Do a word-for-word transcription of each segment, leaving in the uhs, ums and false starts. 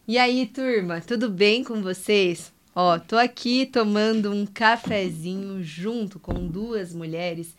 E aí, turma, tudo bem com vocês? Ó, tô aqui tomando um cafezinho junto com duas mulheres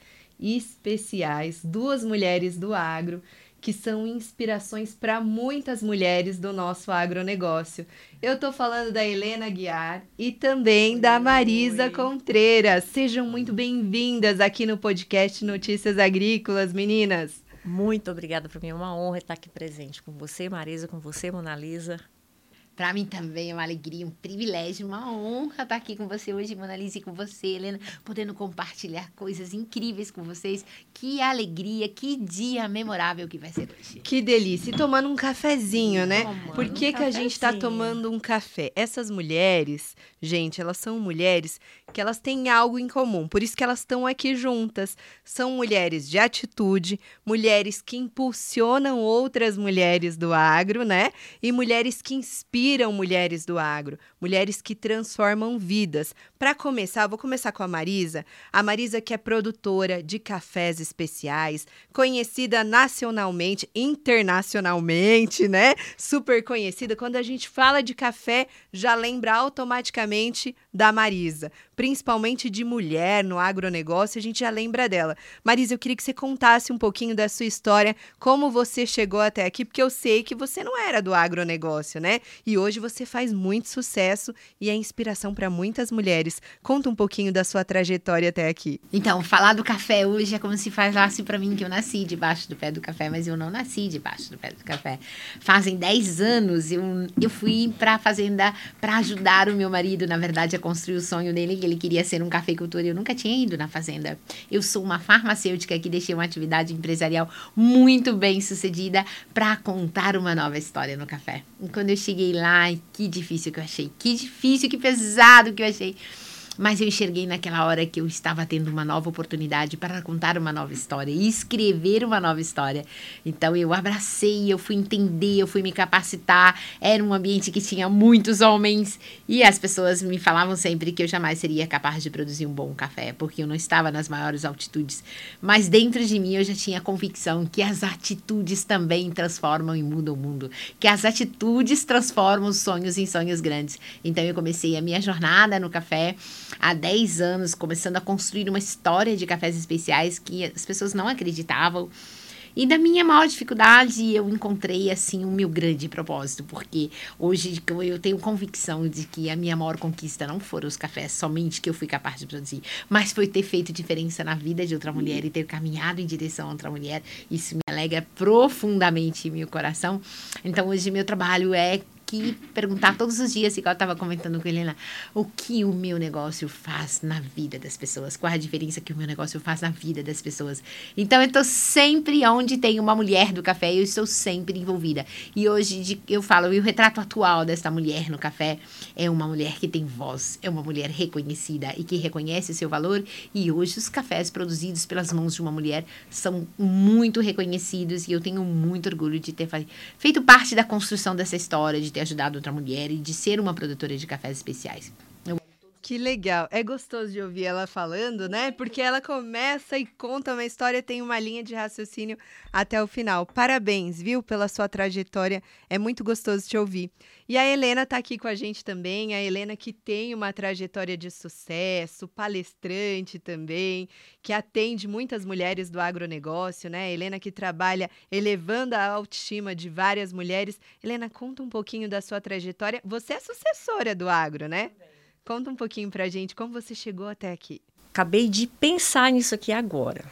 especiais, duas mulheres do agro, que são inspirações para muitas mulheres do nosso agronegócio. Eu tô falando da Helena Guiar e também da Oi, Marisa oi. Contreras. Sejam muito bem-vindas aqui no podcast Notícias Agrícolas, meninas. Muito obrigada, para mim é uma honra estar aqui presente com você, Marisa, com você, Mona Lisa. Para mim também é uma alegria, um privilégio, uma honra estar aqui com você hoje, Mona Lisa, e com você, Helena, podendo compartilhar coisas incríveis com vocês. Que alegria, que dia memorável que vai ser hoje. Que delícia. E tomando um cafezinho, né? Tomando Por que um que a gente tá cafezinho. tomando um café? Essas mulheres, gente, elas são mulheres que elas têm algo em comum. Por isso que elas estão aqui juntas. São mulheres de atitude, mulheres que impulsionam outras mulheres do agro, né? E mulheres que inspiram mulheres do agro. Mulheres que transformam vidas. Para começar, vou começar com a Marisa. A Marisa que é produtora de cafés especiais, conhecida nacionalmente, internacionalmente, né? Super conhecida. Quando a gente fala de café, já lembra automaticamente da Marisa. Principalmente de mulher no agronegócio, a gente já lembra dela. Marisa, eu queria que você contasse um pouquinho da sua história, como você chegou até aqui, porque eu sei que você não era do agronegócio, né? E hoje você faz muito sucesso e é inspiração para muitas mulheres. Conta um pouquinho da sua trajetória até aqui. Então, falar do café hoje é como se falasse para mim que eu nasci debaixo do pé do café, mas eu não nasci debaixo do pé do café. Fazem dez anos eu, eu fui para a fazenda para ajudar o meu marido, na verdade, a construir o sonho dele, que ele queria ser um cafeicultor e eu nunca tinha ido na fazenda. Eu sou uma farmacêutica que deixei uma atividade empresarial muito bem sucedida para contar uma nova história no café. E quando eu cheguei lá, que difícil que eu achei, que difícil, que pesado que eu achei. Mas eu enxerguei naquela hora que eu estava tendo uma nova oportunidade para contar uma nova história e escrever uma nova história. Então eu abracei, eu fui entender, eu fui me capacitar. Era um ambiente que tinha muitos homens e as pessoas me falavam sempre que eu jamais seria capaz de produzir um bom café, porque eu não estava nas maiores altitudes. Mas dentro de mim eu já tinha a convicção que as atitudes também transformam e mudam o mundo, que as atitudes transformam os sonhos em sonhos grandes. Então eu comecei a minha jornada no café há dez anos, começando a construir uma história de cafés especiais que as pessoas não acreditavam. E da minha maior dificuldade, eu encontrei, assim, o meu grande propósito, porque hoje eu tenho convicção de que a minha maior conquista não foram os cafés somente que eu fui capaz de produzir, mas foi ter feito diferença na vida de outra mulher e ter caminhado em direção a outra mulher. Isso me alegra profundamente meu coração. Então, hoje meu trabalho é que perguntar todos os dias, igual eu estava comentando com a Helena, o que o meu negócio faz na vida das pessoas, qual a diferença que o meu negócio faz na vida das pessoas. Então eu estou sempre onde tem uma mulher do café, eu estou sempre envolvida. E hoje eu falo, e o retrato atual desta mulher no café é uma mulher que tem voz, é uma mulher reconhecida e que reconhece o seu valor. E hoje os cafés produzidos pelas mãos de uma mulher são muito reconhecidos e eu tenho muito orgulho de ter feito parte da construção dessa história, de ter ajudado outra mulher e de ser uma produtora de cafés especiais. Eu... Que legal. É gostoso de ouvir ela falando, né? Porque ela começa e conta uma história, tem uma linha de raciocínio até o final. Parabéns, viu, pela sua trajetória. É muito gostoso te ouvir. E a Helena tá aqui com a gente também. A Helena que tem uma trajetória de sucesso, palestrante também, que atende muitas mulheres do agronegócio, né? A Helena que trabalha elevando a autoestima de várias mulheres. Helena, conta um pouquinho da sua trajetória. Você é sucessora do agro, né? Conta um pouquinho pra gente como você chegou até aqui. Acabei de pensar nisso aqui agora.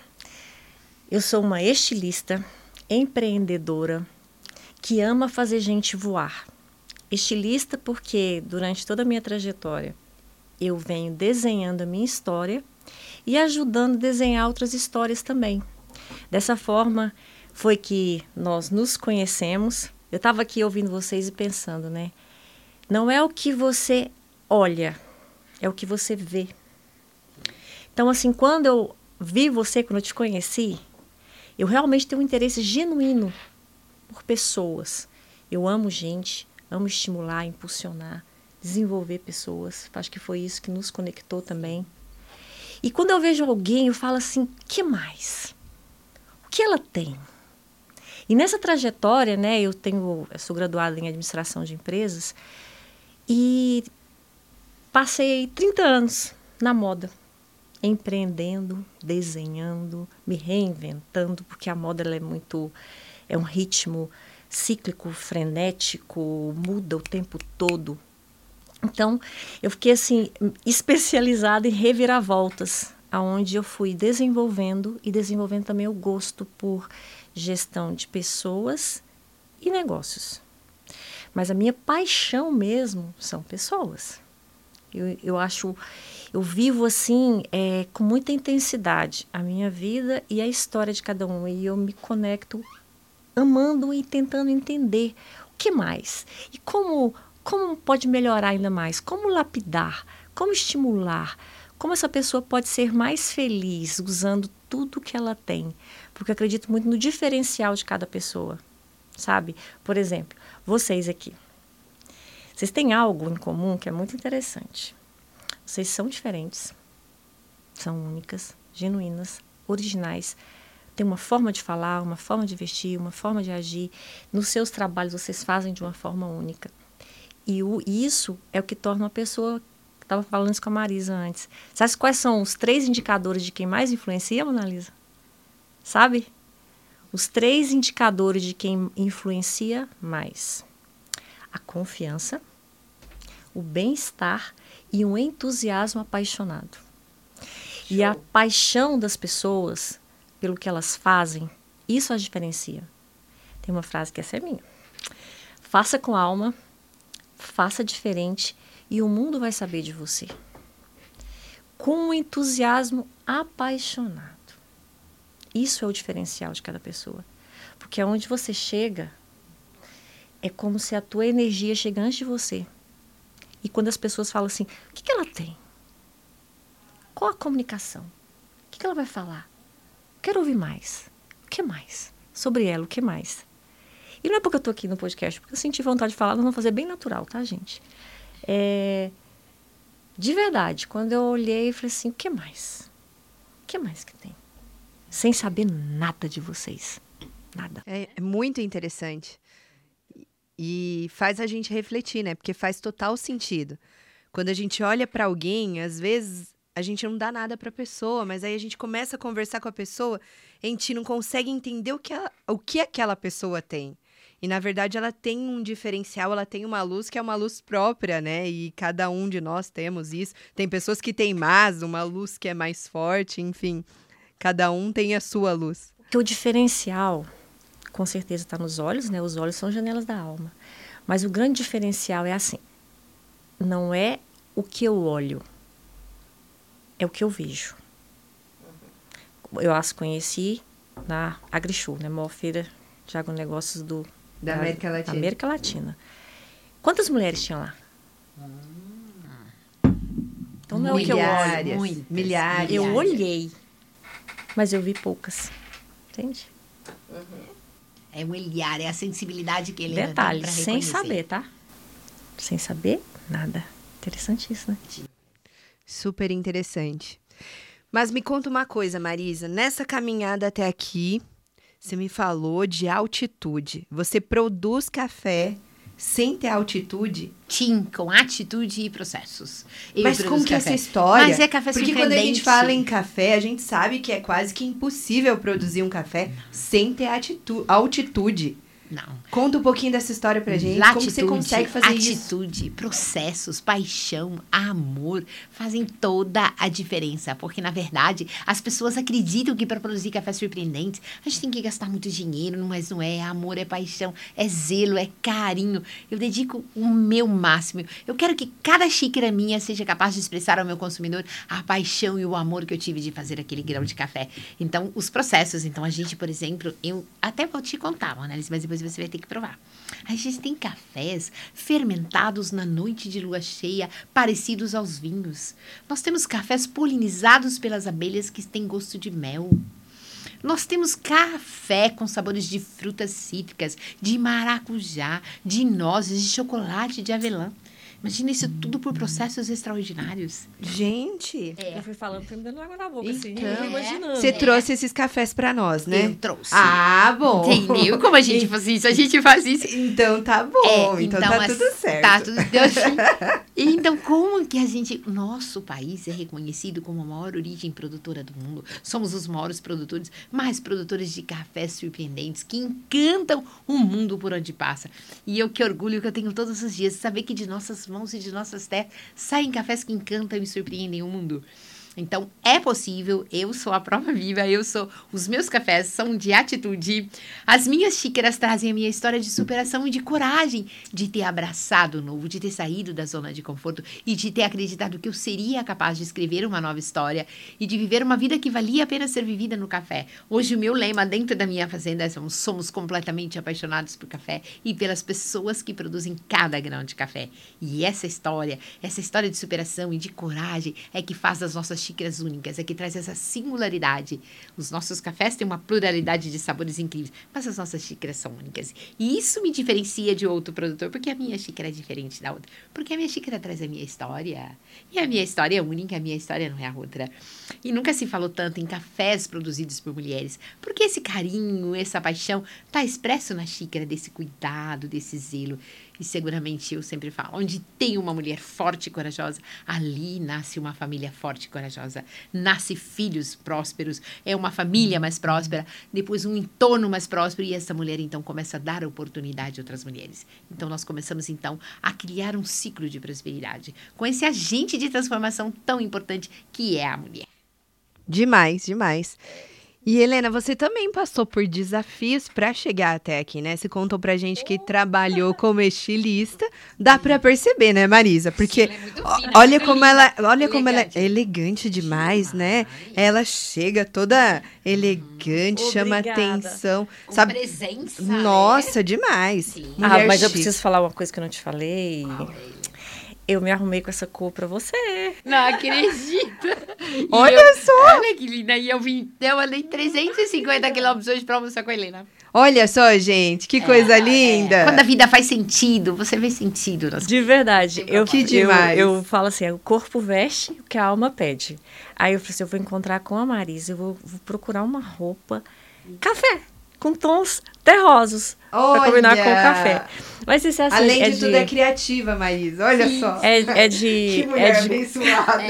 Eu sou uma estilista, empreendedora, que ama fazer gente voar. Estilista porque durante toda a minha trajetória eu venho desenhando a minha história e ajudando a desenhar outras histórias também. Dessa forma foi que nós nos conhecemos. Eu estava aqui ouvindo vocês e pensando, né? Não é o que você olha, é o que você vê. Então, assim, quando eu vi você, quando eu te conheci, eu realmente tenho um interesse genuíno por pessoas. Eu amo gente, amo estimular, impulsionar, desenvolver pessoas. Acho que foi isso que nos conectou também. E quando eu vejo alguém, eu falo assim, que mais? O que ela tem? E nessa trajetória, né, eu tenho, eu sou graduada em administração de empresas e passei trinta anos na moda, empreendendo, desenhando, me reinventando, porque a moda ela é muito, é um ritmo cíclico, frenético, muda o tempo todo. Então, eu fiquei assim, especializada em reviravoltas, aonde eu fui desenvolvendo e desenvolvendo também o gosto por gestão de pessoas e negócios. Mas a minha paixão mesmo são pessoas. Eu, eu acho, eu vivo assim, é, com muita intensidade a minha vida e a história de cada um. E eu me conecto amando e tentando entender o que mais. E como, como pode melhorar ainda mais, como lapidar, como estimular, como essa pessoa pode ser mais feliz usando tudo que ela tem. Porque eu acredito muito no diferencial de cada pessoa, sabe? Por exemplo, vocês aqui. Vocês têm algo em comum que é muito interessante. Vocês são diferentes, são únicas, genuínas, originais. Tem uma forma de falar, uma forma de vestir, uma forma de agir. Nos seus trabalhos vocês fazem de uma forma única. E o, isso é o que torna uma pessoa... Estava falando isso com a Marisa antes. Sabe quais são os três indicadores de quem mais influencia, Mona Lisa? Sabe? Os três indicadores de quem influencia mais. A confiança, o bem-estar e um entusiasmo apaixonado. Show. E a paixão das pessoas pelo que elas fazem, isso as diferencia. Tem uma frase que essa é minha. Faça com alma, faça diferente e o mundo vai saber de você. Com um entusiasmo apaixonado. Isso é o diferencial de cada pessoa. Porque aonde você chega, é como se a tua energia chega antes de você. E quando as pessoas falam assim, o que, que ela tem? Qual a comunicação? O que, que ela vai falar? Quero ouvir mais. O que mais? Sobre ela, o que mais? E não é porque eu estou aqui no podcast, porque eu senti vontade de falar, nós vamos fazer bem natural, tá, gente? É, de verdade, quando eu olhei, eu falei assim, o que mais? O que mais que tem? Sem saber nada de vocês. Nada. É, é muito interessante. E faz a gente refletir, né? Porque faz total sentido. Quando a gente olha para alguém, às vezes a gente não dá nada para a pessoa, mas aí a gente começa a conversar com a pessoa, a gente não consegue entender o que, ela, o que aquela pessoa tem. E, na verdade, ela tem um diferencial, ela tem uma luz que é uma luz própria, né? E cada um de nós temos isso. Tem pessoas que têm mais, uma luz que é mais forte, enfim. Cada um tem a sua luz. Porque o diferencial, com certeza, está nos olhos, né? Os olhos são janelas da alma. Mas o grande diferencial é assim, não é o que eu olho, é o que eu vejo. Eu as conheci na AgriShow, né? Maior feira de agronegócios do... Da América Latina. Da América Latina. Quantas mulheres tinham lá? Então não é o que eu olho. Muitas, milhares. Eu olhei, mas eu vi poucas. Entende? Uhum. É o olhar, é a sensibilidade que ele Detalhe, tem pra sem reconhecer. saber, tá? Sem saber nada. Interessante isso, né? Super interessante. Mas me conta uma coisa, Marisa. Nessa caminhada até aqui, você me falou de altitude. Você produz café sem ter altitude? Sim, com atitude e processos. Eu Mas como que é café. essa história? Mas é café Porque surpreendente. quando a gente fala em café, a gente sabe que é quase que impossível produzir um café sem ter atitu- altitude. Não. Conta um pouquinho dessa história pra gente. Latitude, como você consegue fazer atitude, isso? Atitude, processos, paixão, amor fazem toda a diferença. Porque, na verdade, as pessoas acreditam que para produzir café surpreendente, a gente tem que gastar muito dinheiro, mas não é. Amor é paixão, é zelo, é carinho. Eu dedico o meu máximo. Eu quero que cada xícara minha seja capaz de expressar ao meu consumidor a paixão e o amor que eu tive de fazer aquele grão de café. Então, os processos. Então, a gente, por exemplo, eu até vou te contar, Annelise, mas depois você vai ter que provar. A gente tem cafés fermentados na noite de lua cheia, parecidos aos vinhos. Nós temos cafés polinizados pelas abelhas que têm gosto de mel. Nós temos café com sabores de frutas cítricas, de maracujá, de nozes, de chocolate, de avelã. Imagina isso tudo por processos extraordinários. Gente, É. Eu fui falando, foi me dando água na boca, assim. Então, eu imaginando. você trouxe esses cafés pra nós, né? Eu trouxe. Ah, bom. Entendeu? Como a gente faz isso? A gente faz isso. Então tá bom, É, então, tá as- tudo certo. Tá tudo Deus. Então, como que a gente... Nosso país é reconhecido como a maior origem produtora do mundo. Somos os maiores produtores, mais produtores de cafés surpreendentes, que encantam o mundo por onde passa. E eu que orgulho que eu tenho todos os dias, saber que de nossas mãos e de nossas terras saem cafés que encantam e surpreendem o mundo. Então, é possível, eu sou a prova viva, eu sou, os meus cafés são de atitude, as minhas xícaras trazem a minha história de superação e de coragem, de ter abraçado o novo, de ter saído da zona de conforto e de ter acreditado que eu seria capaz de escrever uma nova história e de viver uma vida que valia a pena ser vivida no café. Hoje o meu lema dentro da minha fazenda é somos, somos completamente apaixonados por café e pelas pessoas que produzem cada grão de café. E essa história, essa história de superação e de coragem é que faz das nossas xícaras únicas, é que traz essa singularidade. Os nossos cafés têm uma pluralidade de sabores incríveis, mas as nossas xícaras são únicas. E isso me diferencia de outro produtor, porque a minha xícara é diferente da outra. Porque a minha xícara traz a minha história. E a minha história é única, a minha história não é a outra. E nunca se falou tanto em cafés produzidos por mulheres, porque esse carinho, essa paixão está expresso na xícara, desse cuidado, desse zelo. E seguramente eu sempre falo, onde tem uma mulher forte e corajosa, ali nasce uma família forte e corajosa. Nasce filhos prósperos, é uma família mais próspera, depois um entorno mais próspero e essa mulher então começa a dar oportunidade a outras mulheres. Então nós começamos então a criar um ciclo de prosperidade com esse agente de transformação tão importante que é a mulher. Demais, demais. E Helena, você também passou por desafios para chegar até aqui, né? Você contou pra gente que trabalhou como estilista. Dá para perceber, né, Marisa? Porque Sim, ela é muito ó, fina, olha muito como linda, ela, olha como ela elegante. é elegante demais, né? Ela chega toda elegante, chama Obrigada. atenção, Com sabe? presença, Nossa, demais. Sim. Ah, Mulher mas eu chique. preciso falar uma coisa que eu não te falei. Eu me arrumei com essa cor pra você. Não acredito. E Olha eu- só. Olha que linda. E eu vim, eu andei trezentos e cinquenta quilômetros hoje pra almoçar com a Helena. Olha só, gente, que coisa linda. Quando a vida faz sentido, você vê sentido nas De verdade. Eu, Que eu, demais. eu falo assim, o corpo veste o que a alma pede. Aí eu falei assim, eu vou encontrar com a Marisa, eu vou, vou procurar uma roupa café, com tons terrosos, para combinar com o café. Mas isso é assim, Além é de tudo, é criativa, Marisa. Olha só. É, é de, Que mulher é de, abençoada.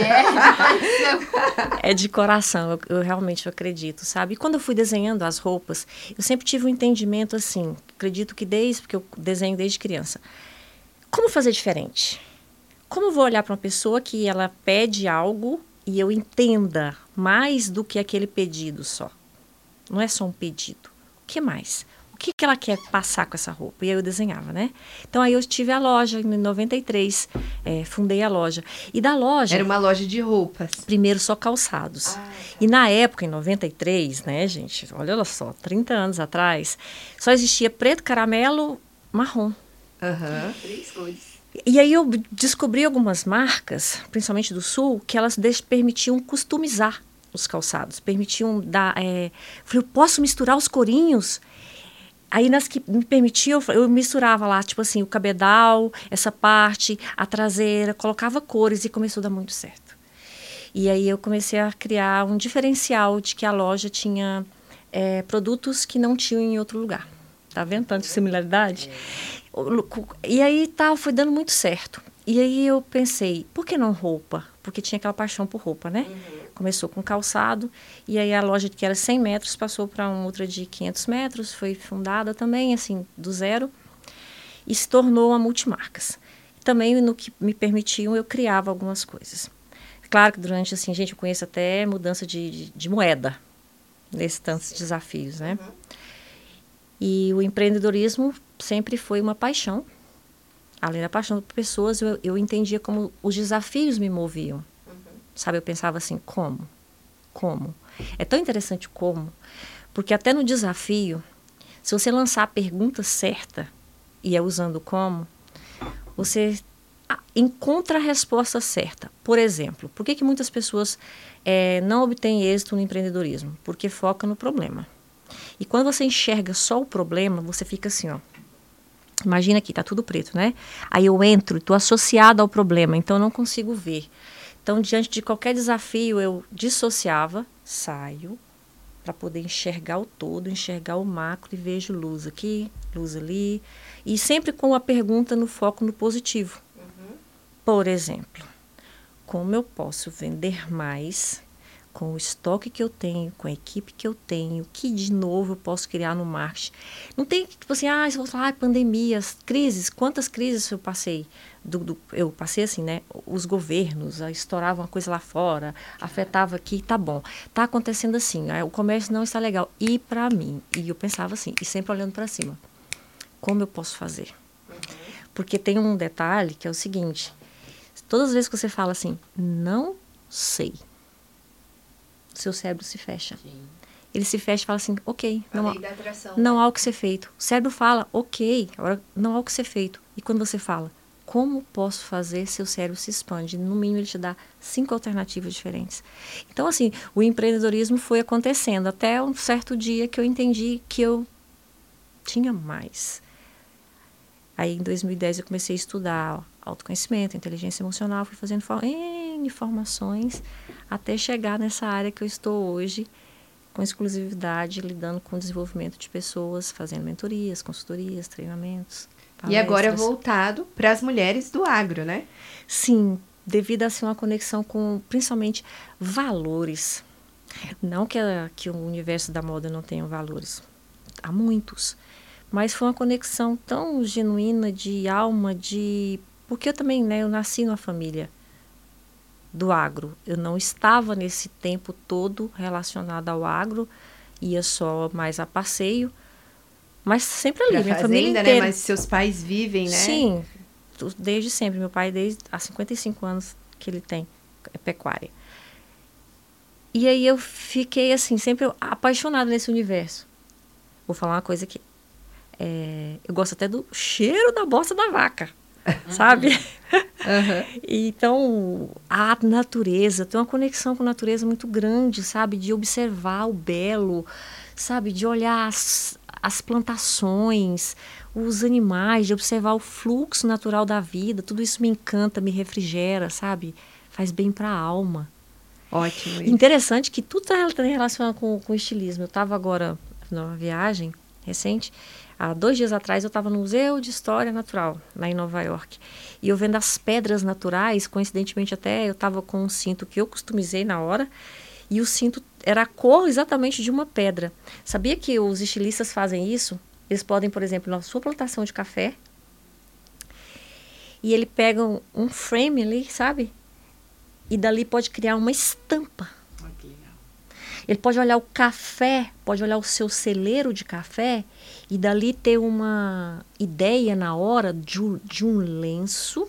é de coração, eu, eu realmente acredito, sabe? E quando eu fui desenhando as roupas, eu sempre tive um entendimento assim, acredito que desde, porque eu desenho desde criança. Como fazer diferente? Como eu vou olhar para uma pessoa que ela pede algo e eu entenda mais do que aquele pedido só? Não é só um pedido. O que mais? O que, que ela quer passar com essa roupa? E aí eu desenhava, né? Então aí eu tive a loja em noventa e três, é, fundei a loja. E da loja... Era uma loja de roupas. Primeiro só calçados. E na época, em noventa e três, né, gente? Olha só, trinta anos atrás, só existia preto, caramelo, marrom. Aham. Três cores. E aí eu descobri algumas marcas, principalmente do Sul, que elas deix- permitiam customizar os calçados. Permitiam dar... É... Falei, eu posso misturar os corinhos? Aí nas que me permitiam, eu misturava lá, tipo assim, o cabedal, essa parte, a traseira, colocava cores e começou a dar muito certo. E aí eu comecei a criar um diferencial de que a loja tinha é, produtos que não tinham em outro lugar. Tá vendo tanta similaridade? E aí tal, foi dando muito certo. E aí eu pensei, por que não roupa? Porque tinha aquela paixão por roupa, né? Uhum. Começou com calçado, e aí a loja que era cem metros passou para uma outra de quinhentos metros, foi fundada também, assim, do zero, e se tornou uma multimarcas. Também no que me permitiam, eu criava algumas coisas. Claro que durante, assim, gente, eu conheço até mudança de, de, de moeda, nesses tantos desafios, né? Uhum. E o empreendedorismo sempre foi uma paixão. Além da paixão por pessoas, eu, eu entendia como os desafios me moviam. Uhum. Sabe, eu pensava assim, como? Como? É tão interessante como, porque até no desafio, se você lançar a pergunta certa, e é usando como, você encontra a resposta certa. Por exemplo, por que que muitas pessoas é, não obtêm êxito no empreendedorismo? Porque foca no problema. E quando você enxerga só o problema, você fica assim, ó, Imagina aqui, tá tudo preto, né? Aí eu entro, estou associada ao problema, então eu não consigo ver. Então, diante de qualquer desafio, eu dissociava, saio, para poder enxergar o todo, enxergar o macro e vejo luz aqui, luz ali. E sempre com a pergunta no foco no positivo. Uhum. Por exemplo, como eu posso vender mais com o estoque que eu tenho, com a equipe que eu tenho, que de novo eu posso criar no marketing? Não tem, tipo assim, ah, você vai falar, ah, pandemias, crises, quantas crises eu passei? Do, do, eu passei assim, né? Os governos estouravam uma coisa lá fora, afetava aqui, tá bom. Tá acontecendo assim, o comércio não está legal. E para mim, e eu pensava assim, e sempre olhando para cima, como eu posso fazer? Uhum. Porque tem um detalhe que é o seguinte, todas as vezes que você fala assim, não sei, seu cérebro se fecha. Sim. Ele se fecha e fala assim, ok, não há, não há o que ser feito. O cérebro fala, ok, agora não há o que ser feito. E quando você fala, como posso fazer, seu cérebro se expande. No mínimo, ele te dá cinco alternativas diferentes. Então, assim, o empreendedorismo foi acontecendo até um certo dia que eu entendi que eu tinha mais. Aí, em dois mil e dez, eu comecei a estudar autoconhecimento, inteligência emocional, fui fazendo N formações até chegar nessa área que eu estou hoje, com exclusividade, lidando com o desenvolvimento de pessoas, fazendo mentorias, consultorias, treinamentos. Palestras. E agora voltado para as mulheres do agro, né? Sim, devido a ser uma conexão com, principalmente, valores. Não que, a, que o universo da moda não tenha valores, há muitos. Mas foi uma conexão tão genuína de alma, de... Porque eu também, né, eu nasci numa família do agro. Eu não estava nesse tempo todo relacionada ao agro, ia só mais a passeio, mas sempre ali, pra minha fazenda, família inteira. Né? Mas seus pais vivem, né? Sim, desde sempre. Meu pai, desde há cinquenta e cinco anos que ele tem, é pecuária. E aí eu fiquei, assim, sempre apaixonada nesse universo. Vou falar uma coisa aqui. É, eu gosto até do cheiro da bosta da vaca, sabe? Uhum. Então, a natureza, tem uma conexão com a natureza muito grande, sabe? De observar o belo, sabe? De olhar as, as plantações, os animais, de observar o fluxo natural da vida. Tudo isso me encanta, me refrigera, sabe? Faz bem para a alma. Ótimo. Isso. Interessante que tudo está relacionado com, com estilismo. Eu estava agora numa viagem recente. Há dois dias atrás eu estava no Museu de História Natural, lá em Nova York. E eu vendo as pedras naturais, coincidentemente até eu estava com um cinto que eu customizei na hora. E o cinto era a cor exatamente de uma pedra. Sabia que os estilistas fazem isso? Eles podem, por exemplo, na sua plantação de café, e ele pega um, um frame ali, sabe? E dali pode criar uma estampa. Ele pode olhar o café, pode olhar o seu celeiro de café e dali ter uma ideia na hora de um, de um lenço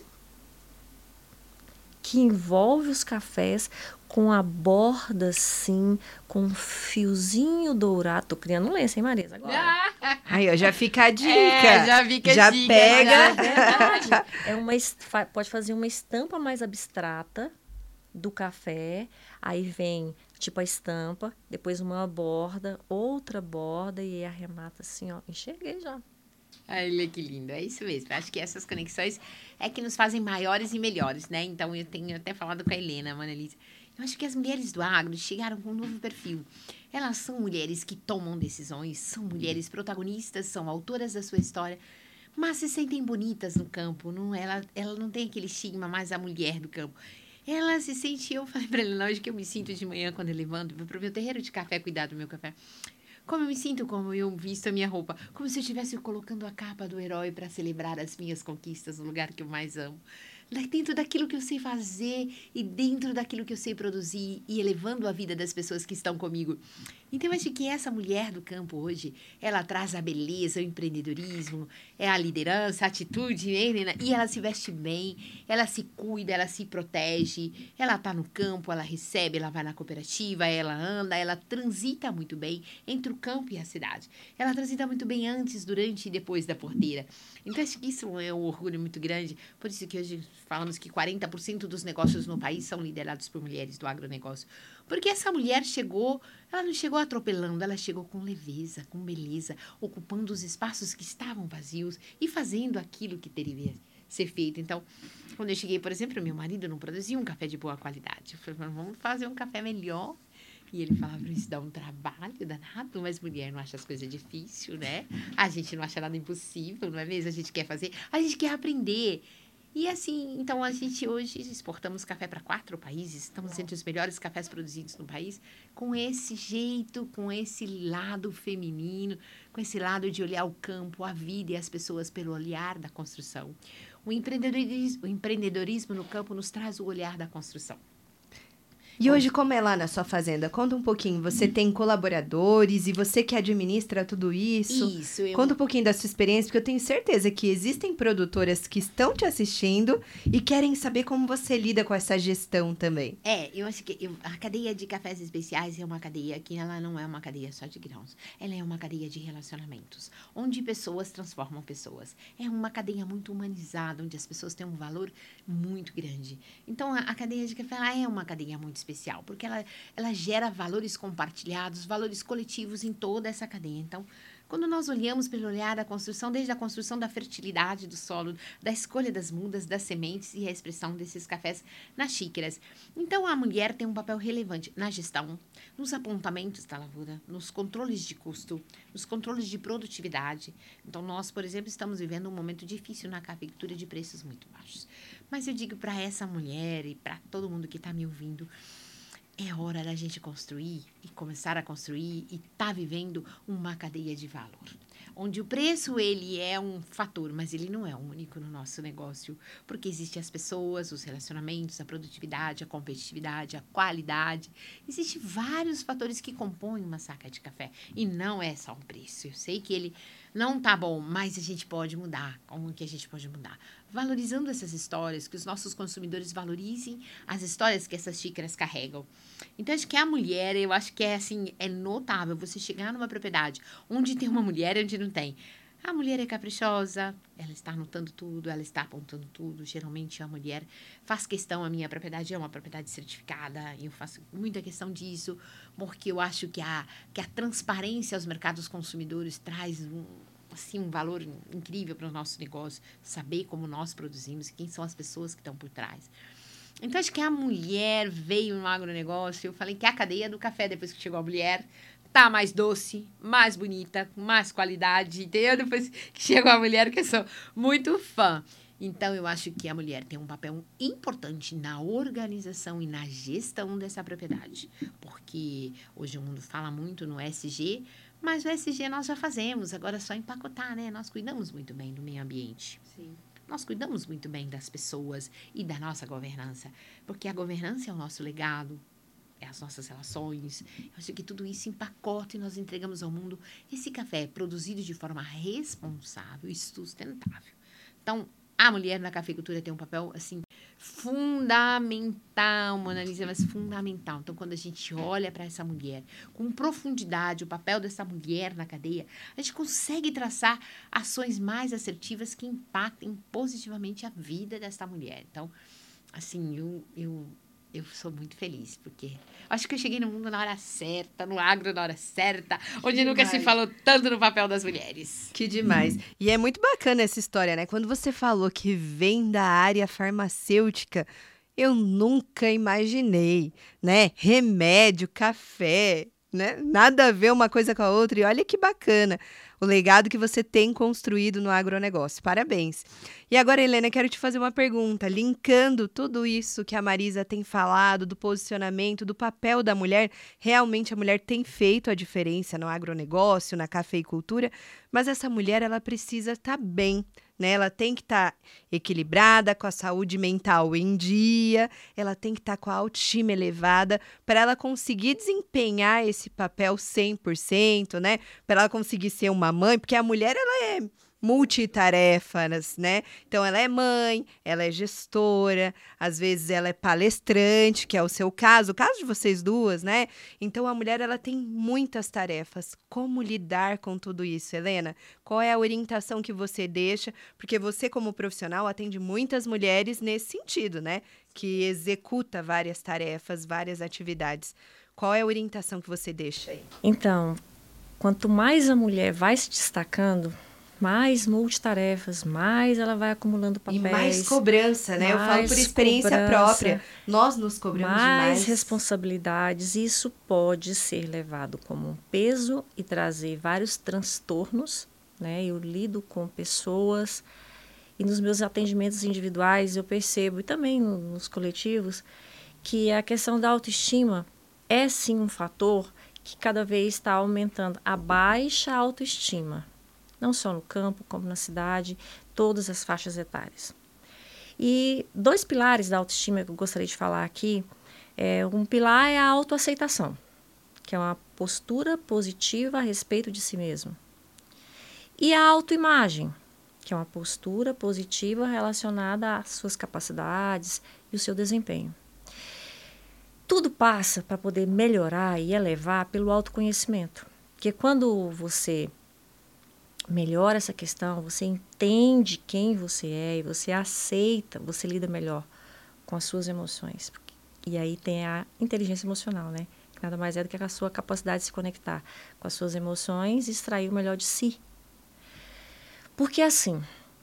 que envolve os cafés com a borda assim, com um fiozinho dourado. Tô criando um lenço, hein, Marisa? Agora. Aí, ó, já fica a dica. É, já fica a já dica. Pega. É verdade. É uma, pode fazer uma estampa mais abstrata do café, aí vem tipo a estampa, depois uma borda, outra borda e arremata assim, ó, enxerguei já. Olha que lindo, é isso mesmo. Acho que essas conexões é que nos fazem maiores e melhores, né? Então, eu tenho até falado com a Helena, a Manalisa. Eu acho que as mulheres do agro chegaram com um novo perfil. Elas são mulheres que tomam decisões, são mulheres protagonistas, são autoras da sua história, mas se sentem bonitas no campo. Não, ela, ela não tem aquele estigma mais a mulher do campo. Ela se sente, eu falei pra ela, hoje que eu me sinto de manhã quando eu levanto, vou pro meu terreiro de café, cuidar do meu café. Como eu me sinto, como eu visto a minha roupa. Como se eu estivesse colocando a capa do herói para celebrar as minhas conquistas no lugar que eu mais amo. Dentro daquilo que eu sei fazer e dentro daquilo que eu sei produzir e elevando a vida das pessoas que estão comigo. Então, eu acho que essa mulher do campo hoje, ela traz a beleza, o empreendedorismo, é a liderança, a atitude, né? E ela se veste bem, ela se cuida, ela se protege, ela está no campo, ela recebe, ela vai na cooperativa, ela anda, ela transita muito bem entre o campo e a cidade. Ela transita muito bem antes, durante e depois da porteira. Então, acho que isso é um orgulho muito grande. Por isso que hoje falamos que quarenta por cento dos negócios no país são liderados por mulheres do agronegócio. Porque essa mulher chegou, ela não chegou atropelando, ela chegou com leveza, com beleza, ocupando os espaços que estavam vazios e fazendo aquilo que deveria ser feito. Então, quando eu cheguei, por exemplo, meu marido não produzia um café de boa qualidade. Eu falei, vamos fazer um café melhor. E ele falava, isso dá um trabalho danado, mas mulher não acha as coisas difíceis, né? A gente não acha nada impossível, não é mesmo? A gente quer fazer, a gente quer aprender. E assim, então a gente hoje exportamos café para quatro países, estamos entre os melhores cafés produzidos no país, com esse jeito, com esse lado feminino, com esse lado de olhar o campo, a vida e as pessoas pelo olhar da construção. O empreendedorismo, o empreendedorismo no campo nos traz o olhar da construção. E hoje, como é lá na sua fazenda? Conta um pouquinho. Você tem colaboradores e você que administra tudo isso? Isso. Eu... Conta um pouquinho da sua experiência, porque eu tenho certeza que existem produtoras que estão te assistindo e querem saber como você lida com essa gestão também. É, eu acho que eu, a cadeia de cafés especiais é uma cadeia que ela não é uma cadeia só de grãos. Ela é uma cadeia de relacionamentos, onde pessoas transformam pessoas. É uma cadeia muito humanizada, onde as pessoas têm um valor muito grande. Então, a, a cadeia de café ela é uma cadeia muito especial, porque ela, ela gera valores compartilhados, valores coletivos em toda essa cadeia. Então, quando nós olhamos pelo olhar da construção, desde a construção da fertilidade do solo, da escolha das mudas, das sementes e a expressão desses cafés nas xícaras. Então, a mulher tem um papel relevante na gestão, nos apontamentos da lavoura, nos controles de custo, nos controles de produtividade. Então, nós, por exemplo, estamos vivendo um momento difícil na cafeicultura de preços muito baixos. Mas eu digo para essa mulher e para todo mundo que está me ouvindo, é hora da gente construir e começar a construir e tá vivendo uma cadeia de valor, onde o preço ele é um fator, mas ele não é o único no nosso negócio, porque existem as pessoas, os relacionamentos, a produtividade, a competitividade, a qualidade. Existem vários fatores que compõem uma saca de café e não é só um preço. Eu sei que ele não tá bom, mas a gente pode mudar. Como que a gente pode mudar? Valorizando essas histórias, que os nossos consumidores valorizem as histórias que essas xícaras carregam. Então, acho que a mulher, eu acho que é assim, é notável você chegar numa propriedade onde tem uma mulher e onde não tem. A mulher é caprichosa, ela está anotando tudo, ela está apontando tudo. Geralmente a mulher faz questão, a minha propriedade é uma propriedade certificada, e eu faço muita questão disso, porque eu acho que a, que a transparência aos mercados consumidores traz um, assim, um valor incrível para o nosso negócio, saber como nós produzimos e quem são as pessoas que estão por trás. Então, acho que a mulher veio no agronegócio, eu falei que é a cadeia do café, depois que chegou a mulher, tá mais doce, mais bonita, com mais qualidade, entendeu? Depois que chegou a mulher, que eu sou muito fã. Então, eu acho que a mulher tem um papel importante na organização e na gestão dessa propriedade. Porque hoje o mundo fala muito no E S G, mas o E S G nós já fazemos, agora é só empacotar, né? Nós cuidamos muito bem do meio ambiente. Sim. Nós cuidamos muito bem das pessoas e da nossa governança, porque a governança é o nosso legado, é as nossas relações. Eu acho que tudo isso empacota e nós entregamos ao mundo esse café produzido de forma responsável e sustentável. Então, a mulher na cafeicultura tem um papel, assim, fundamental, Mona Lisa, mas fundamental. Então, quando a gente olha para essa mulher com profundidade, o papel dessa mulher na cadeia, a gente consegue traçar ações mais assertivas que impactem positivamente a vida dessa mulher. Então, assim, eu... eu Eu sou muito feliz, porque acho que eu cheguei no mundo na hora certa, no agro na hora certa, onde Que nunca demais. se falou tanto no papel das mulheres. Que demais. E é muito bacana essa história, né? Quando você falou que vem da área farmacêutica, eu nunca imaginei, né? Remédio, café, né? Nada a ver uma coisa com a outra. E olha que bacana o legado que você tem construído no agronegócio. Parabéns. E agora, Helena, quero te fazer uma pergunta, linkando tudo isso que a Marisa tem falado, do posicionamento, do papel da mulher. Realmente a mulher tem feito a diferença no agronegócio, na cafeicultura, mas essa mulher, ela precisa estar bem, né? Ela tem que estar equilibrada, com a saúde mental em dia, ela tem que estar com a autoestima elevada para ela conseguir desempenhar esse papel cem por cento, né? Para ela conseguir ser uma mãe, porque a mulher, ela é multitarefas, né? Então, ela é mãe, ela é gestora, às vezes ela é palestrante, que é o seu caso, o caso de vocês duas, né? Então, a mulher, ela tem muitas tarefas. Como lidar com tudo isso, Helena? Qual é a orientação que você deixa? Porque você, como profissional, atende muitas mulheres nesse sentido, né? Que executa várias tarefas, várias atividades. Qual é a orientação que você deixa aí? Então, quanto mais a mulher vai se destacando, mais multitarefas, mais ela vai acumulando papéis. E mais cobrança, né? Eu falo por experiência própria. Nós nos cobramos mais demais. Mais responsabilidades. Isso pode ser levado como um peso e trazer vários transtornos, né? Eu lido com pessoas e nos meus atendimentos individuais eu percebo, e também no, nos coletivos, que a questão da autoestima é sim um fator que cada vez está aumentando. A baixa autoestima. Não só no campo, como na cidade, todas as faixas etárias. E dois pilares da autoestima que eu gostaria de falar aqui, é, um pilar é a autoaceitação, que é uma postura positiva a respeito de si mesmo. E a autoimagem, que é uma postura positiva relacionada às suas capacidades e o seu desempenho. Tudo passa para poder melhorar e elevar pelo autoconhecimento, porque quando você melhora essa questão, você entende quem você é e você aceita, você lida melhor com as suas emoções. E aí tem a inteligência emocional, né? Que nada mais é do que a sua capacidade de se conectar com as suas emoções e extrair o melhor de si. Porque assim,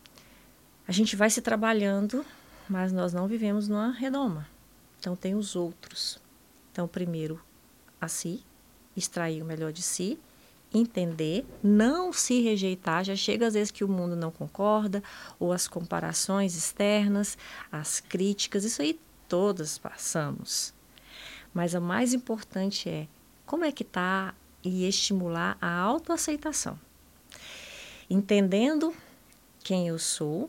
a gente vai se trabalhando, mas nós não vivemos numa redoma. Então tem os outros. Então primeiro a si, extrair o melhor de si, entender, não se rejeitar. Já chega às vezes que o mundo não concorda, ou as comparações externas, as críticas, isso aí todas passamos. Mas o mais importante é como é que está e estimular a autoaceitação. Entendendo quem eu sou,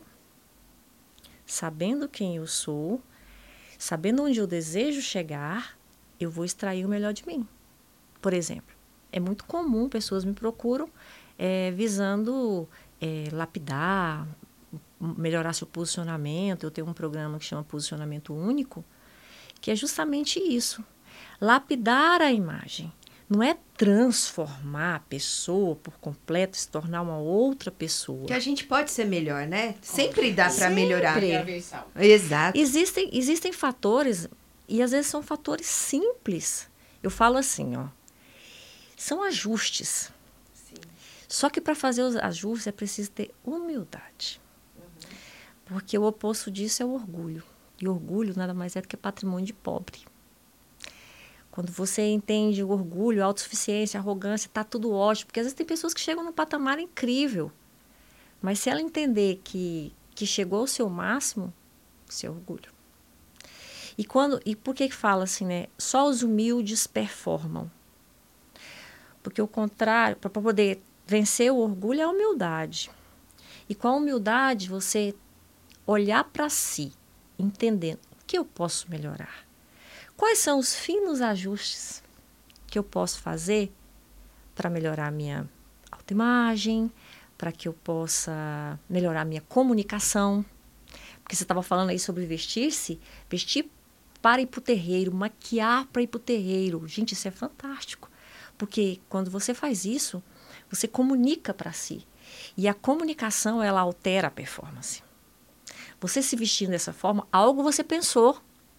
sabendo quem eu sou, sabendo onde eu desejo chegar, eu vou extrair o melhor de mim. Por exemplo, é muito comum, pessoas me procuram é, visando é, lapidar, melhorar seu posicionamento. Eu tenho um programa que chama Posicionamento Único, que é justamente isso. Lapidar a imagem. Não é transformar a pessoa por completo, se tornar uma outra pessoa. Que a gente pode ser melhor, né? Sempre dá para melhorar. É Exato. Existem, existem fatores, e às vezes são fatores simples. Eu falo assim, ó. São ajustes. Sim. Só que para fazer os ajustes é preciso ter humildade. Uhum. Porque o oposto disso é o orgulho. E orgulho nada mais é do que patrimônio de pobre. Quando você entende o orgulho, a autossuficiência, a arrogância, está tudo ótimo. Porque às vezes tem pessoas que chegam num patamar incrível. Mas se ela entender que, que chegou ao seu máximo, seu orgulho. E, quando, e por que que fala assim, né? Só os humildes performam. Porque o contrário, para poder vencer o orgulho é a humildade. E com a humildade, você olhar para si, entendendo o que eu posso melhorar. Quais são os finos ajustes que eu posso fazer para melhorar a minha autoimagem, para que eu possa melhorar a minha comunicação. Porque você estava falando aí sobre vestir-se, vestir para ir para o terreiro, maquiar para ir para o terreiro. Gente, isso é fantástico. Porque quando você faz isso, você comunica para si. E a comunicação, ela altera a performance. Você se vestindo dessa forma, algo você pensou.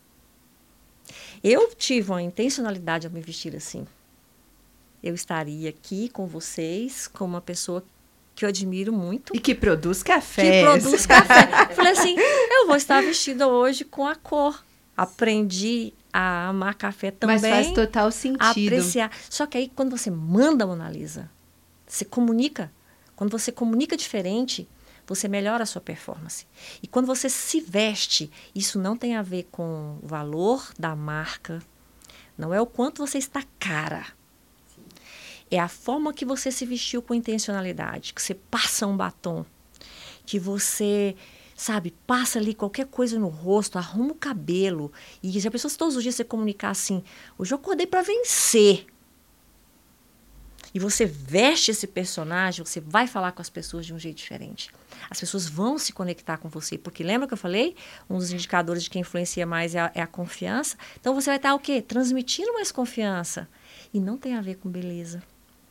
Eu tive uma intencionalidade ao me vestir assim. Eu estaria aqui com vocês, com uma pessoa que eu admiro muito. E que produz café. Que produz café. Falei assim, eu vou estar vestida hoje com a cor. Aprendi a amar café também. Mas faz total sentido. Apreciar. Só que aí, quando você manda, Mona Lisa, você comunica. Quando você comunica diferente, você melhora a sua performance. E quando você se veste, isso não tem a ver com o valor da marca, não é o quanto você está cara. Sim. É a forma que você se vestiu com intencionalidade, que você passa um batom, que você, sabe, passa ali qualquer coisa no rosto, arruma o cabelo. E já pensou se todos os dias você comunicar assim, hoje eu acordei para vencer. E você veste esse personagem, você vai falar com as pessoas de um jeito diferente. As pessoas vão se conectar com você. Porque lembra que eu falei? Um dos indicadores de quem influencia mais é a, é a confiança. Então você vai estar o quê? Transmitindo mais confiança. E não tem a ver com beleza.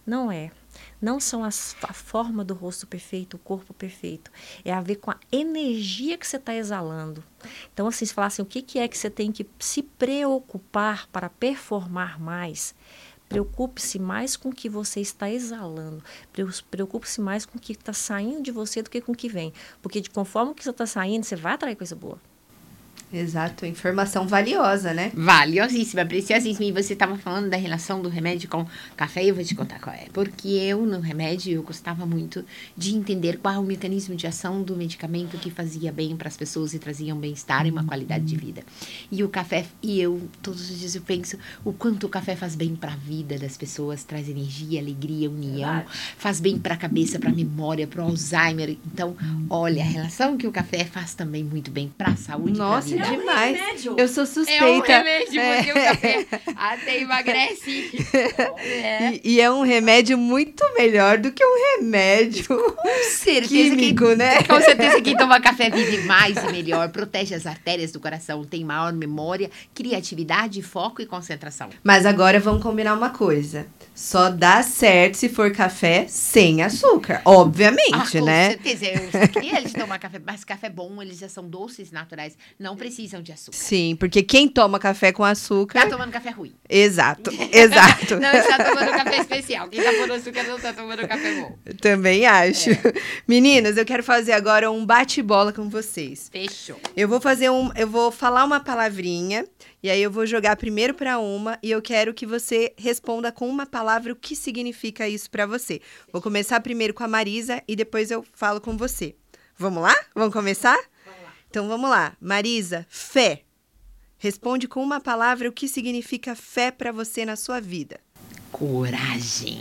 Não é. Não são as, a forma do rosto perfeito, o corpo perfeito. É a ver com a energia que você está exalando. Então, assim, se falar assim, o que, que é que você tem que se preocupar para performar mais? Preocupe-se mais com o que você está exalando. Preocupe-se mais com o que está saindo de você do que com o que vem. Porque de conforme que você está saindo, você vai atrair coisa boa. Exato, informação valiosa, né? Valiosíssima, preciosíssima. E você estava falando da relação do remédio com café, e eu vou te contar qual é. Porque eu, no remédio, eu gostava muito de entender qual é o mecanismo de ação do medicamento que fazia bem para as pessoas e trazia um bem-estar e uma qualidade de vida. E o café, e eu, todos os dias eu penso o quanto o café faz bem para a vida das pessoas, traz energia, alegria, união, Verdade. Faz bem para a cabeça, para a memória, para o Alzheimer. Então, olha, a relação que o café faz também muito bem para a saúde. Nossa, é demais. Um eu sou suspeita. É um remédio, é. Porque o café até emagrece. É. E, e é um remédio muito melhor do que um remédio com certeza químico, que, né? Com certeza quem toma café vive mais e melhor, protege as artérias do coração, tem maior memória, criatividade, foco e concentração. Mas agora vamos combinar uma coisa. Só dá certo se for café sem açúcar, obviamente, ah, né? Com certeza, eu queria eles tomar café, mas café bom, eles já são doces naturais, não precisam de açúcar. Sim, porque quem toma café com açúcar... Tá tomando café ruim. Exato, exato. Não está tomando café especial, quem tá tomando açúcar não tá tomando café bom. Também acho. É. Meninas, eu quero fazer agora um bate-bola com vocês. Fechou. Eu vou fazer um, eu vou falar uma palavrinha, e aí eu vou jogar primeiro para uma, e eu quero que você responda com uma palavra o que significa isso para você. Vou começar primeiro com a Marisa e depois eu falo com você. Vamos lá? Vamos começar? Vamos lá. Então vamos lá. Marisa, fé. Responde com uma palavra o que significa fé para você na sua vida. Coragem.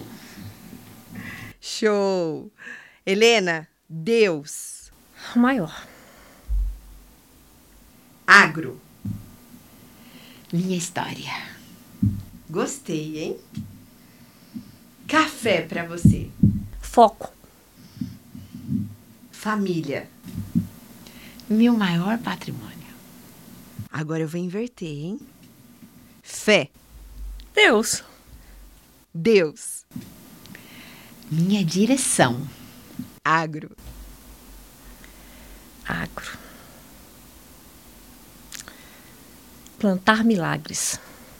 Show. Helena, Deus. O maior. Agro. Minha história. Gostei, hein? Café pra você. Foco. Família. Meu maior patrimônio. Agora eu vou inverter, hein? Fé. Deus. Deus. Minha direção. Agro. Agro. Plantar milagres.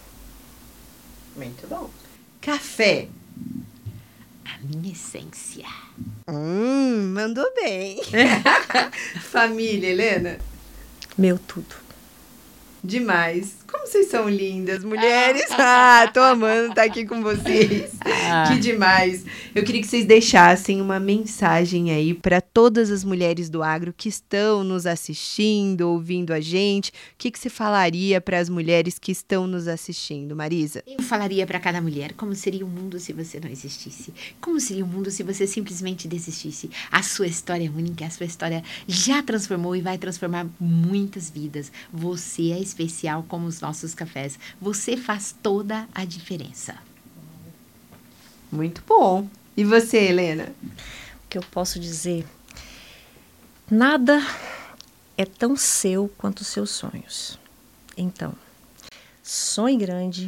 Muito bom. Café. A minha essência. Hum, mandou bem. Família, Helena. Meu tudo. Demais. Como vocês são lindas, mulheres. Ah, tô amando estar aqui com vocês. Ah. Que demais. Eu queria que vocês deixassem uma mensagem aí para todas as mulheres do agro que estão nos assistindo, ouvindo a gente. O que, que você falaria para as mulheres que estão nos assistindo, Marisa? Eu falaria para cada mulher como seria o mundo se você não existisse. Como seria o mundo se você simplesmente desistisse. A sua história é única, a sua história já transformou e vai transformar muitas vidas. Você é especial como os nossos cafés. Você faz toda a diferença. Muito bom. E você, Helena? O que eu posso dizer? Nada é tão seu quanto os seus sonhos. Então, sonhe grande,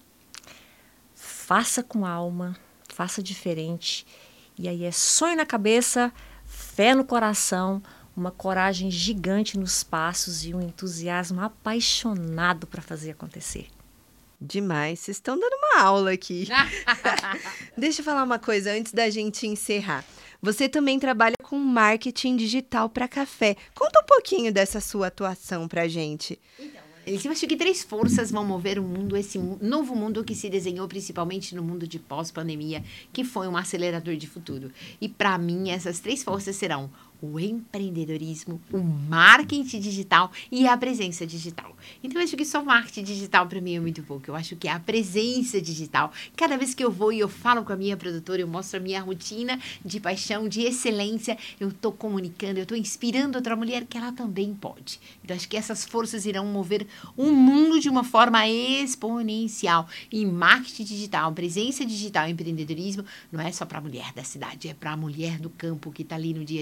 faça com alma, faça diferente. E aí é sonho na cabeça, fé no coração, uma coragem gigante nos passos e um entusiasmo apaixonado para fazer acontecer. Demais, vocês estão dando uma aula aqui. Deixa eu falar uma coisa antes da gente encerrar. Você também trabalha com marketing digital para café. Conta um pouquinho dessa sua atuação pra gente. Então, eu acho que três forças vão mover o mundo, esse novo mundo que se desenhou principalmente no mundo de pós-pandemia, que foi um acelerador de futuro. E para mim, essas três forças serão o empreendedorismo, o marketing digital e a presença digital. Então, eu acho que só marketing digital para mim é muito pouco. Eu acho que é a presença digital. Cada vez que eu vou e eu falo com a minha produtora, eu mostro a minha rotina de paixão, de excelência, eu estou comunicando, eu estou inspirando outra mulher que ela também pode. Então, acho que essas forças irão mover o mundo de uma forma exponencial. E marketing digital, presença digital e empreendedorismo não é só para a mulher da cidade, é para a mulher do campo que está ali no dia a dia.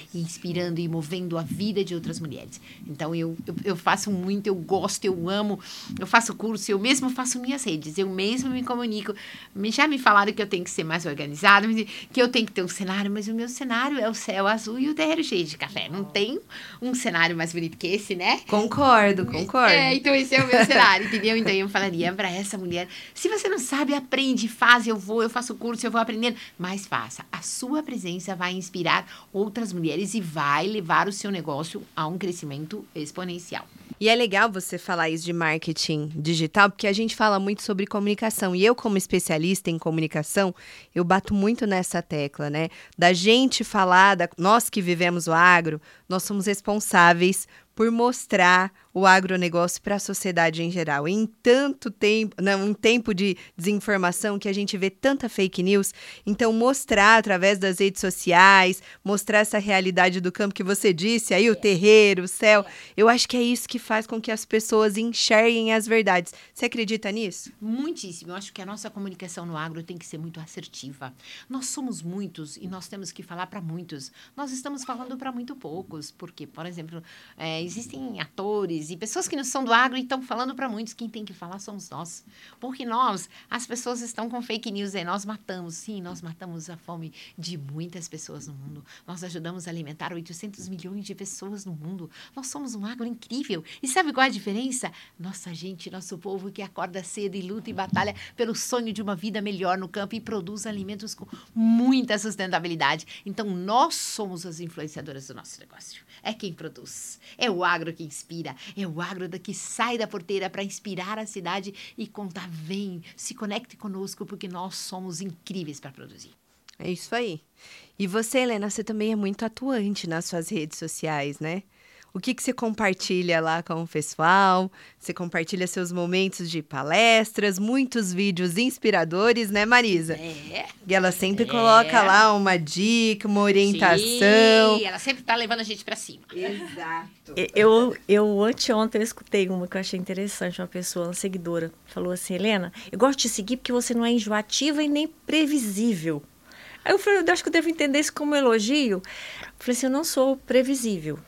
inspirando e movendo a vida de outras mulheres. Então, eu, eu, eu faço muito, eu gosto, eu amo, eu faço curso, eu mesmo faço minhas redes, eu mesmo me comunico. Já me falaram que eu tenho que ser mais organizada, que eu tenho que ter um cenário, mas o meu cenário é o céu azul e o terreiro cheio de café. Não tem um cenário mais bonito que esse, né? Concordo, concordo. É, então esse é o meu cenário, entendeu? Então eu falaria para essa mulher, se você não sabe, aprende, faz, eu vou, eu faço curso, eu vou aprendendo, mas faça. A sua presença vai inspirar outras mulheres e vai levar o seu negócio a um crescimento exponencial. E é legal você falar isso de marketing digital, porque a gente fala muito sobre comunicação. E eu, como especialista em comunicação, eu bato muito nessa tecla, né? Da gente falar, da, nós que vivemos o agro, nós somos responsáveis por mostrar o agronegócio para a sociedade em geral. Em tanto tempo, não, um tempo de desinformação que a gente vê tanta fake news, então mostrar através das redes sociais, mostrar essa realidade do campo que você disse, aí o terreiro, o céu, eu acho que é isso que faz com que as pessoas enxerguem as verdades. Você acredita nisso? Muitíssimo. Eu acho que a nossa comunicação no agro tem que ser muito assertiva. Nós somos muitos e nós temos que falar para muitos. Nós estamos falando para muito poucos, porque, por exemplo, é, existem atores e pessoas que não são do agro e estão falando para muitos. Quem tem que falar somos nós. Porque nós, as pessoas estão com fake news aí. Nós matamos, sim, nós matamos a fome de muitas pessoas no mundo. Nós ajudamos a alimentar oitocentos milhões de pessoas no mundo. Nós somos um agro incrível. E sabe qual é a diferença? Nossa gente, nosso povo que acorda cedo e luta e batalha pelo sonho de uma vida melhor no campo e produz alimentos com muita sustentabilidade. Então, nós somos as influenciadoras do nosso negócio. É quem produz. É o agro que inspira. É o agro que sai da porteira para inspirar a cidade e contar, vem, se conecte conosco, porque nós somos incríveis para produzir. É isso aí. E você, Helena, você também é muito atuante nas suas redes sociais, né? O que, que você compartilha lá com o pessoal? Você compartilha seus momentos de palestras, muitos vídeos inspiradores, né, Marisa? É. E ela sempre é. coloca lá uma dica, uma orientação. Sim, ela sempre tá levando a gente para cima. Exato. Eu, eu anteontem eu escutei uma que eu achei interessante, uma pessoa, uma seguidora, falou assim, Helena, eu gosto de te seguir porque você não é enjoativa e nem previsível. Aí eu falei, eu acho que eu devo entender isso como elogio. Eu falei assim, eu não sou previsível.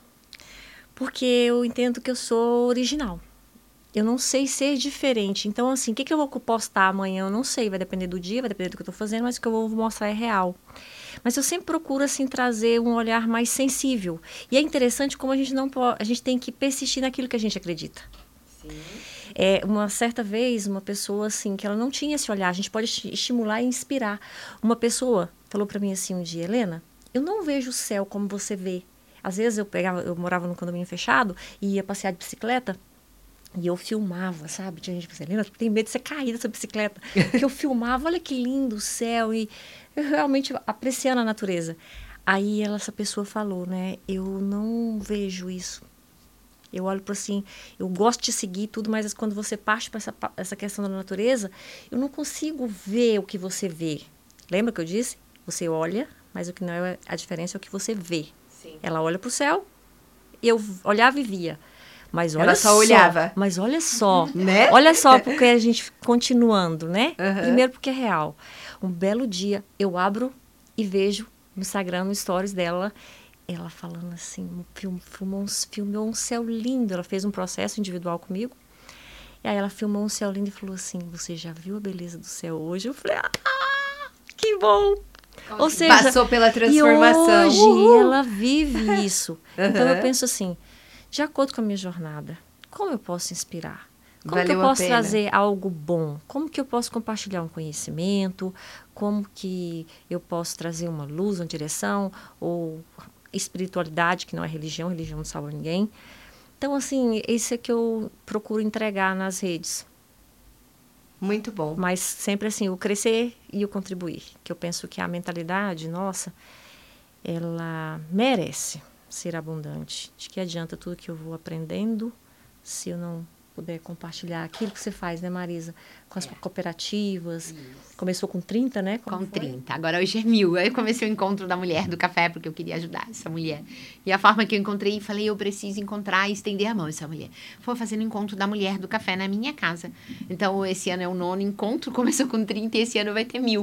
Porque eu entendo que eu sou original. Eu não sei ser diferente. Então, assim, o que, que eu vou postar amanhã? Eu não sei. Vai depender do dia, vai depender do que eu estou fazendo, mas o que eu vou mostrar é real. Mas eu sempre procuro, assim, trazer um olhar mais sensível. E é interessante como a gente não pode... A gente tem que persistir naquilo que a gente acredita. Sim. É, uma certa vez, uma pessoa, assim, que ela não tinha esse olhar. A gente pode estimular e inspirar. Uma pessoa falou para mim assim um dia, Helena, eu não vejo o céu como você vê. Às vezes eu pegava, eu morava num condomínio fechado e ia passear de bicicleta e eu filmava, sabe? Tinha gente que falava, Helena, tem medo de você cair dessa bicicleta. Porque eu filmava, olha que lindo o céu e eu realmente apreciando a natureza. Aí ela, essa pessoa falou, né? Eu não vejo isso. Eu olho para assim, eu gosto de seguir tudo, mas quando você parte para essa, essa questão da natureza, eu não consigo ver o que você vê. Lembra que eu disse? Você olha, mas o que não é a diferença é o que você vê. Sim. Ela olha para o céu, eu olhava e via. Mas olha Ela só, só olhava. Mas olha só, né? Olha só, porque a gente continuando, né? Uhum. Primeiro porque é real. Um belo dia, eu abro e vejo no Instagram, no stories dela, ela falando assim, film, filmou, filmou um céu lindo. Ela fez um processo individual comigo. E aí ela filmou um céu lindo e falou assim, você já viu a beleza do céu hoje? Eu falei, ah, que bom! Ou seja, passou pela transformação. E hoje Uhul. ela vive isso. Uhum. Então eu penso assim, de acordo com a minha jornada, como eu posso inspirar? Como Valeu que eu posso a pena. trazer algo bom? Como que eu posso compartilhar um conhecimento? Como que eu posso trazer uma luz, uma direção? Ou espiritualidade, que não é religião, religião não salva ninguém. Então, assim, isso é que eu procuro entregar nas redes. Muito bom. Mas sempre assim, o crescer e o contribuir. Que eu penso que a mentalidade nossa, ela merece ser abundante. De que adianta tudo que eu vou aprendendo se eu não puder compartilhar aquilo que você faz, né, Marisa? Com as é. cooperativas. Isso. Começou com trinta, né? Como com foi? trinta. Agora hoje é mil. Aí eu comecei o encontro da mulher do café, porque eu queria ajudar essa mulher. E a forma que eu encontrei, falei, eu preciso encontrar e estender a mão essa mulher. Foi fazendo o encontro da mulher do café na minha casa. Então, esse ano é o nono encontro, começou com trinta e esse ano vai ter mil.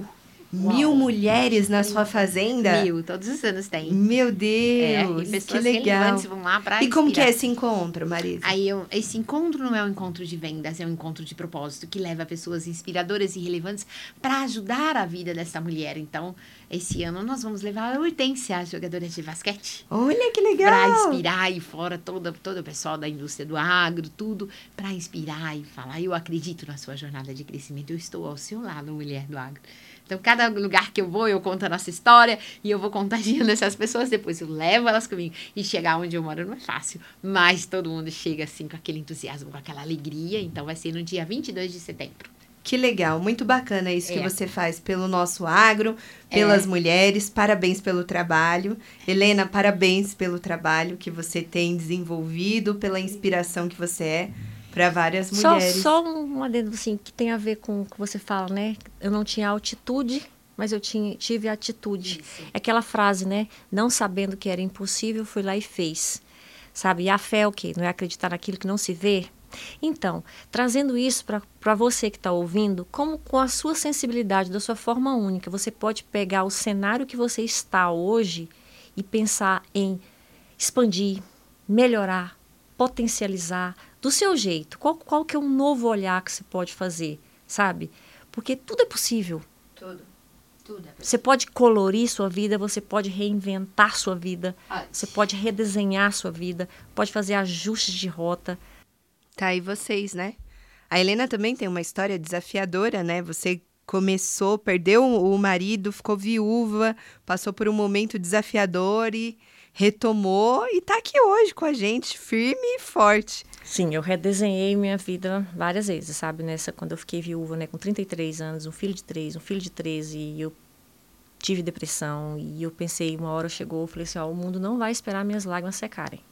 Uau. Mil mulheres na sua fazenda? Mil, todos os anos tem. Meu Deus, é, que legal. Vão lá pra e inspirar. Como que é esse encontro, Marisa? Aí eu, esse encontro não é um encontro de vendas, é um encontro de propósito que leva pessoas inspiradoras e relevantes para ajudar a vida dessa mulher. Então, esse ano nós vamos levar a Hortência, a jogadora de basquete. Olha que legal! Para inspirar aí fora todo, todo o pessoal da indústria do agro, tudo, para inspirar e falar, eu acredito na sua jornada de crescimento, eu estou ao seu lado, mulher do agro. Então, cada lugar que eu vou, eu conto a nossa história e eu vou contagiando essas pessoas. Depois eu levo elas comigo. E chegar onde eu moro não é fácil. Mas todo mundo chega assim com aquele entusiasmo, com aquela alegria. Então, vai ser no dia vinte e dois de setembro. Que legal, muito bacana isso é. que você faz pelo nosso agro, pelas é. mulheres. Parabéns pelo trabalho. Helena, parabéns pelo trabalho que você tem desenvolvido, pela inspiração que você é. Para várias mulheres. Só, só um adendo assim, que tem a ver com o que você fala, né? Eu não tinha altitude, mas eu tinha, tive atitude. Isso. É aquela frase, né? Não sabendo que era impossível, fui lá e fez. Sabe? E a fé é o quê? Não é acreditar naquilo que não se vê? Então, trazendo isso para você que está ouvindo, como com a sua sensibilidade, da sua forma única, você pode pegar o cenário que você está hoje e pensar em expandir, melhorar, potencializar, do seu jeito. Qual, qual que é um novo olhar que você pode fazer, sabe? Porque tudo é possível. Tudo. Tudo é possível. Você pode colorir sua vida, você pode reinventar sua vida, Ai. Você pode redesenhar sua vida, pode fazer ajustes de rota. Tá aí vocês, né? A Helena também tem uma história desafiadora, né? Você começou, perdeu o marido, ficou viúva, passou por um momento desafiador e retomou e tá aqui hoje com a gente, firme e forte. Sim, eu redesenhei minha vida várias vezes, sabe? Nessa, quando eu fiquei viúva, né, com trinta e três anos, um filho de três, um filho de treze, e eu tive depressão, e eu pensei, uma hora chegou, eu falei assim, ó, o mundo não vai esperar minhas lágrimas secarem.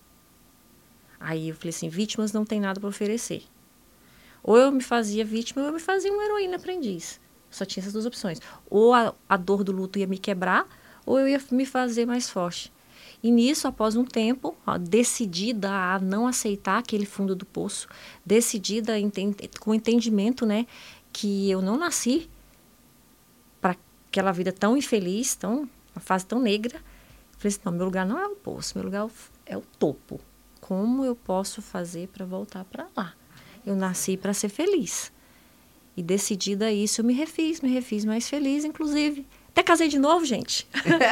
Aí eu falei assim, vítimas não tem nada para oferecer. Ou eu me fazia vítima, ou eu me fazia uma heroína aprendiz. Só tinha essas duas opções. Ou a, a dor do luto ia me quebrar, ou eu ia me fazer mais forte. E nisso, após um tempo, ó, decidida a não aceitar aquele fundo do poço, decidida com o entendimento, né, que eu não nasci para aquela vida tão infeliz, tão, uma fase tão negra. Eu falei assim, não, meu lugar não é o poço, meu lugar é o topo. Como eu posso fazer para voltar para lá? Eu nasci para ser feliz. E decidida a isso, eu me refiz, me refiz mais feliz, inclusive. Até casei de novo, gente.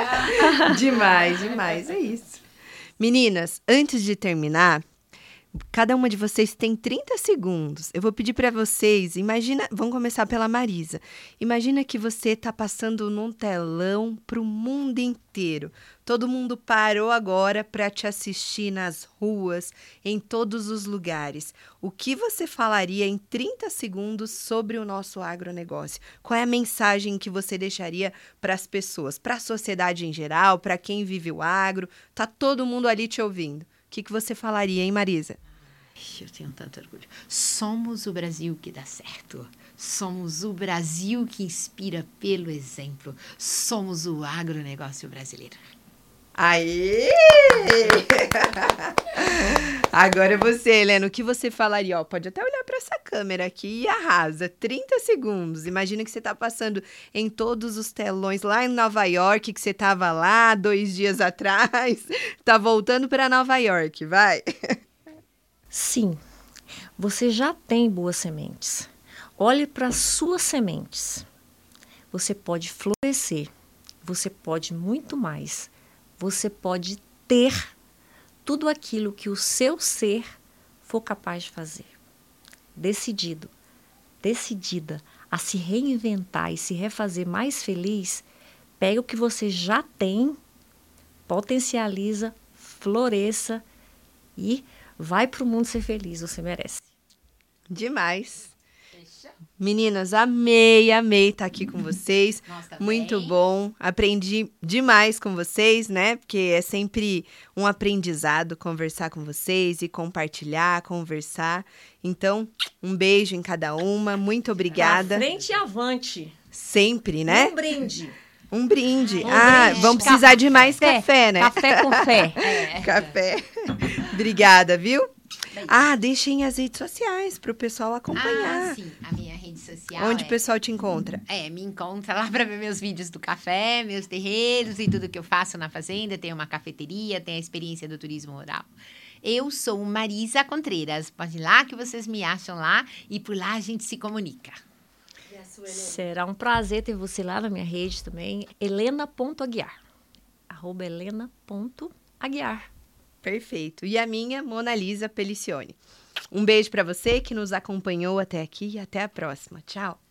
Demais, demais, é isso. Meninas, antes de terminar, cada uma de vocês tem trinta segundos. Eu vou pedir para vocês, imagina, vamos começar pela Marisa. Imagina que você está passando num telão para o mundo inteiro. Todo mundo parou agora para te assistir nas ruas, em todos os lugares. O que você falaria em trinta segundos sobre o nosso agronegócio? Qual é a mensagem que você deixaria para as pessoas, para a sociedade em geral, para quem vive o agro? Tá todo mundo ali te ouvindo. O que, que você falaria, hein, Marisa? Eu tenho tanto orgulho. Somos o Brasil que dá certo. Somos o Brasil que inspira pelo exemplo. Somos o agronegócio brasileiro. Aê! Agora é você, Helena. O que você falaria? Ó, pode até olhar para essa câmera aqui e arrasa. trinta segundos. Imagina que você está passando em todos os telões lá em Nova York, que você estava lá dois dias atrás. Tá voltando para Nova York, vai. Sim, você já tem boas sementes. Olhe para as suas sementes. Você pode florescer. Você pode muito mais. Você pode ter tudo aquilo que o seu ser for capaz de fazer. Decidido, decidida a se reinventar e se refazer mais feliz, pega o que você já tem, potencializa, floresça e vai para o mundo ser feliz, você merece. Demais. Meninas, amei, amei estar aqui com vocês. Nossa, muito bem. bom. Aprendi demais com vocês, né? Porque é sempre um aprendizado conversar com vocês e compartilhar, conversar. Então, um beijo em cada uma. Muito obrigada. Pra frente e avante. Sempre, né? Um brinde. Um brinde. Um ah, brinde. vamos precisar Café. de mais café, né? Café com fé. É. Café. Obrigada, viu? Ah, deixem as redes sociais para o pessoal acompanhar. Ah, sim. A minha rede social. Onde é, o pessoal te encontra? É, me encontra lá para ver meus vídeos do café, meus terreiros e tudo que eu faço na fazenda. Tem uma cafeteria, tem a experiência do turismo rural. Eu sou Marisa Contreiras. Pode ir lá que vocês me acham lá e por lá a gente se comunica. Será um prazer ter você lá na minha rede também, helena ponto aguiar. Arroba helena ponto aguiar. Perfeito. E a minha, Mona Lisa Pelicione. Um beijo para você que nos acompanhou até aqui e até a próxima. Tchau.